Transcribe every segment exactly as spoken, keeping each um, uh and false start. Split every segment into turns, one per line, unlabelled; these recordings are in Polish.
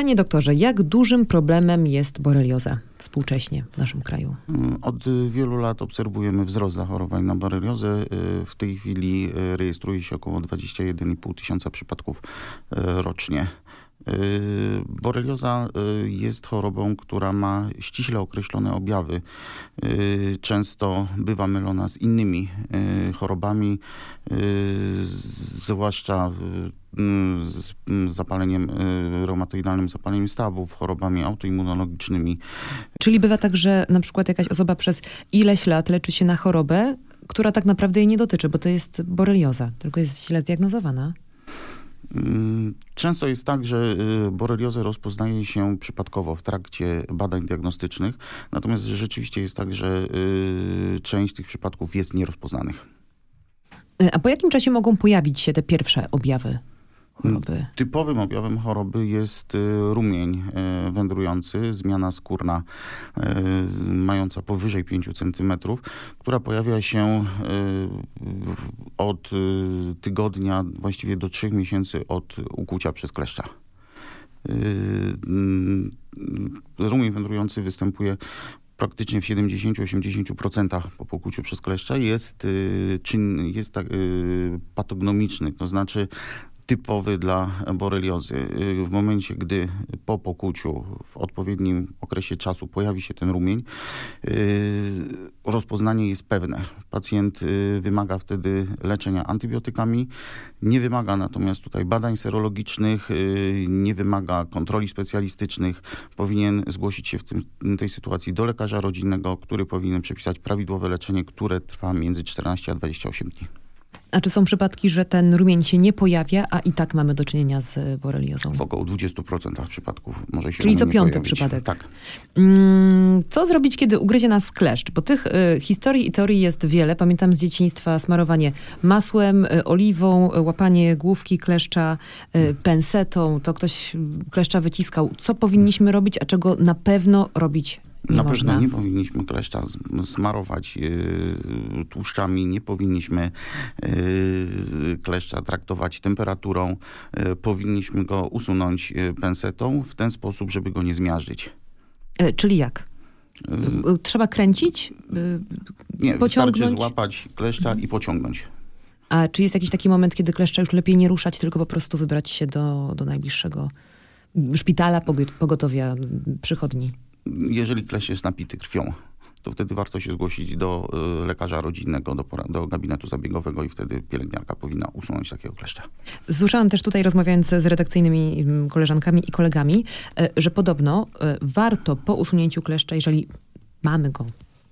Panie doktorze, jak dużym problemem jest borelioza współcześnie w naszym kraju?
Od wielu lat obserwujemy wzrost zachorowań na boreliozę. W tej chwili rejestruje się około dwadzieścia jeden i pół tysiąca przypadków rocznie. Borelioza jest chorobą, która ma ściśle określone objawy. Często bywa mylona z innymi chorobami, zwłaszcza z zapaleniem reumatoidalnym, zapaleniem stawów, chorobami autoimmunologicznymi.
Czyli bywa tak, że na przykład jakaś osoba przez ileś lat leczy się na chorobę, która tak naprawdę jej nie dotyczy, bo to jest borelioza, tylko jest źle zdiagnozowana.
Często jest tak, że boreliozę rozpoznaje się przypadkowo w trakcie badań diagnostycznych, natomiast rzeczywiście jest tak, że część tych przypadków jest nierozpoznanych.
A po jakim czasie mogą pojawić się te pierwsze objawy choroby?
Typowym objawem choroby jest rumień wędrujący, zmiana skórna mająca powyżej pięciu centymetrów, która pojawia się od tygodnia, właściwie do trzech miesięcy od ukłucia przez kleszcza. Rumień wędrujący występuje praktycznie w siedemdziesiąt do osiemdziesięciu procent po pokłuciu przez kleszcza. Jest, czyn, jest tak, patognomiczny, to znaczy typowy dla boreliozy. W momencie, gdy po pokłuciu w odpowiednim okresie czasu pojawi się ten rumień, rozpoznanie jest pewne. Pacjent wymaga wtedy leczenia antybiotykami, nie wymaga natomiast tutaj badań serologicznych, nie wymaga kontroli specjalistycznych. Powinien zgłosić się w tym, tej sytuacji do lekarza rodzinnego, który powinien przepisać prawidłowe leczenie, które trwa między czternaście a dwadzieścia osiem dni.
A czy są przypadki, że ten rumień się nie pojawia, a i tak mamy do czynienia z boreliozą?
W około dwudziestu procentach przypadków może się
Czyli co piąty
pojawić.
przypadek.
Tak.
Co zrobić, kiedy ugryzie nas kleszcz? Bo tych y, historii i teorii jest wiele. Pamiętam z dzieciństwa smarowanie masłem, y, oliwą, y, łapanie główki kleszcza y, pensetą. To ktoś kleszcza wyciskał. Co powinniśmy robić, a czego na pewno robić nie
Na
można?
pewno nie powinniśmy kleszcza smarować yy, tłuszczami, nie powinniśmy yy, kleszcza traktować temperaturą, yy, powinniśmy go usunąć yy, pensetą w ten sposób, żeby go nie zmiażdżyć.
Y, czyli jak? Y, Trzeba kręcić? Y,
nie,
pociągnąć?
wystarczy złapać kleszcza i pociągnąć.
A czy jest jakiś taki moment, kiedy kleszcza już lepiej nie ruszać, tylko po prostu wybrać się do, do najbliższego szpitala, pogotowia, przychodni?
Jeżeli kleszcz jest napity krwią, to wtedy warto się zgłosić do y, lekarza rodzinnego, do, do gabinetu zabiegowego i wtedy pielęgniarka powinna usunąć takiego kleszcza. Słyszałam
też tutaj, rozmawiając z redakcyjnymi koleżankami i kolegami, y, że podobno y, warto po usunięciu kleszcza, jeżeli mamy go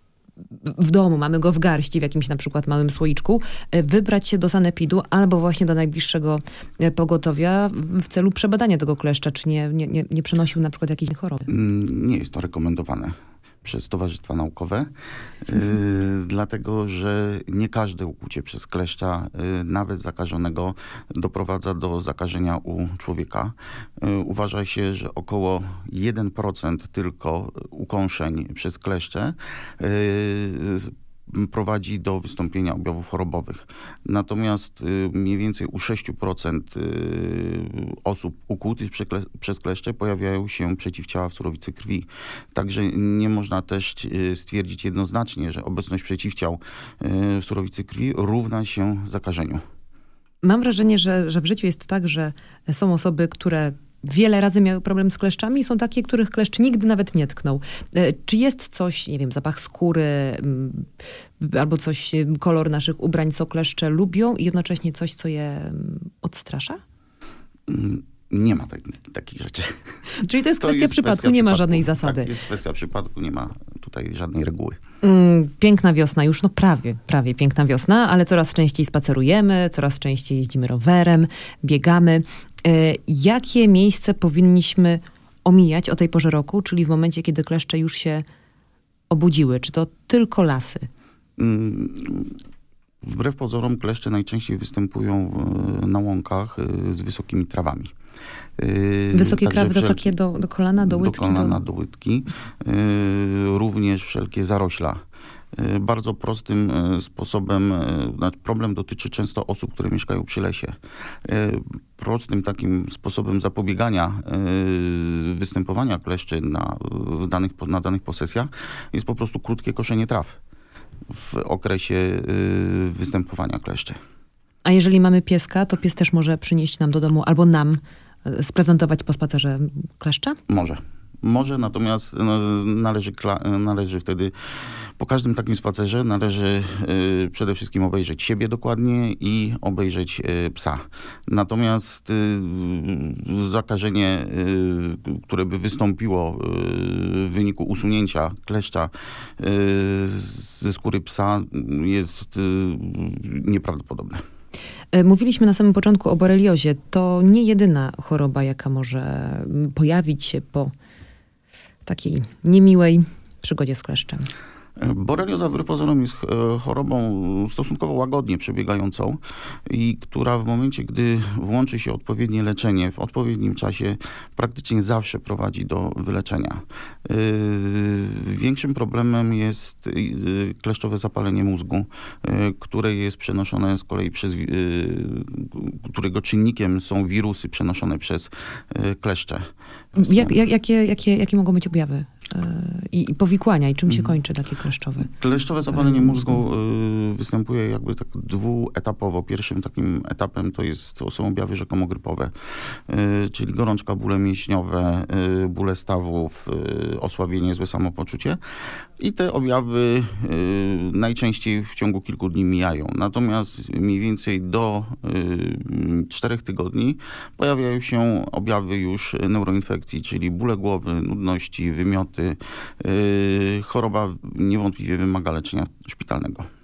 w domu, mamy go w garści, w jakimś na przykład małym słoiczku, wybrać się do sanepidu albo właśnie do najbliższego pogotowia w celu przebadania tego kleszcza, czy nie, nie, nie, nie przenosił na przykład jakiejś choroby.
Nie jest to rekomendowane przez towarzystwa naukowe, yy, dlatego że nie każde ukłucie przez kleszcza, yy, nawet zakażonego, doprowadza do zakażenia u człowieka. Yy, uważa się, że około jeden procent tylko ukąszeń przez kleszcze yy, prowadzi do wystąpienia objawów chorobowych. Natomiast y, mniej więcej u sześć procent y, osób ukłutych przez kleszcze pojawiają się przeciwciała w surowicy krwi. Także nie można też y, stwierdzić jednoznacznie, że obecność przeciwciał y, w surowicy krwi równa się zakażeniu.
Mam wrażenie, że, że w życiu jest tak, że są osoby, które wiele razy miały problem z kleszczami i są takie, których kleszcz nigdy nawet nie tknął. Czy jest coś, nie wiem, zapach skóry albo coś, kolor naszych ubrań, co kleszcze lubią i jednocześnie coś, co je odstrasza?
Nie ma tak, takich rzeczy.
Czyli to jest
to
kwestia
jest
przypadku,
kwestia
nie ma
przypadku.
żadnej zasady.
Tak, jest kwestia przypadku, nie ma tutaj żadnej reguły.
Piękna wiosna już, no prawie, prawie piękna wiosna, ale coraz częściej spacerujemy, coraz częściej jeździmy rowerem, biegamy. Jakie miejsce powinniśmy omijać o tej porze roku, czyli w momencie, kiedy kleszcze już się obudziły? Czy to tylko lasy?
Wbrew pozorom kleszcze najczęściej występują w, na łąkach z wysokimi trawami.
Wysokie trawy to takie do, do kolana, do łydki?
Do kolana, do łydki. Również wszelkie zarośla. Bardzo prostym sposobem, problem dotyczy często osób, które mieszkają przy lesie. Prostym takim sposobem zapobiegania występowania kleszczy na, w danych, na danych posesjach jest po prostu krótkie koszenie traw w okresie y, występowania kleszczy.
A jeżeli mamy pieska, to pies też może przynieść nam do domu albo nam y, sprezentować po spacerze kleszcza?
Może. Może, natomiast no, należy, należy wtedy, po każdym takim spacerze należy y, przede wszystkim obejrzeć siebie dokładnie i obejrzeć y, psa. Natomiast y, zakażenie, y, które by wystąpiło y, w wyniku usunięcia kleszcza y, ze skóry psa jest y, nieprawdopodobne.
Mówiliśmy na samym początku o boreliozie. To nie jedyna choroba, jaka może pojawić się po takiej niemiłej przygodzie z kleszczem.
Borelioza wbrew pozorom jest chorobą stosunkowo łagodnie przebiegającą i która w momencie, gdy włączy się odpowiednie leczenie w odpowiednim czasie, praktycznie zawsze prowadzi do wyleczenia. Większym problemem jest kleszczowe zapalenie mózgu, które jest przenoszone z kolei przez, którego czynnikiem są wirusy przenoszone przez kleszcze.
Jak, jak, jakie, jakie, jakie mogą być objawy i, i powikłania i czym się kończy takie kleszczowe?
Kleszczowe zapalenie mózgu y, występuje jakby tak dwuetapowo. Pierwszym takim etapem to, jest, to są objawy rzekomo grypowe, y, czyli gorączka, bóle mięśniowe, y, bóle stawów, y, osłabienie, złe samopoczucie. I te objawy y, najczęściej w ciągu kilku dni mijają. Natomiast mniej więcej do y, czterech tygodni pojawiają się objawy już neuroinfekcji, czyli bóle głowy, nudności, wymioty. Y, choroba niewątpliwie wymaga leczenia szpitalnego.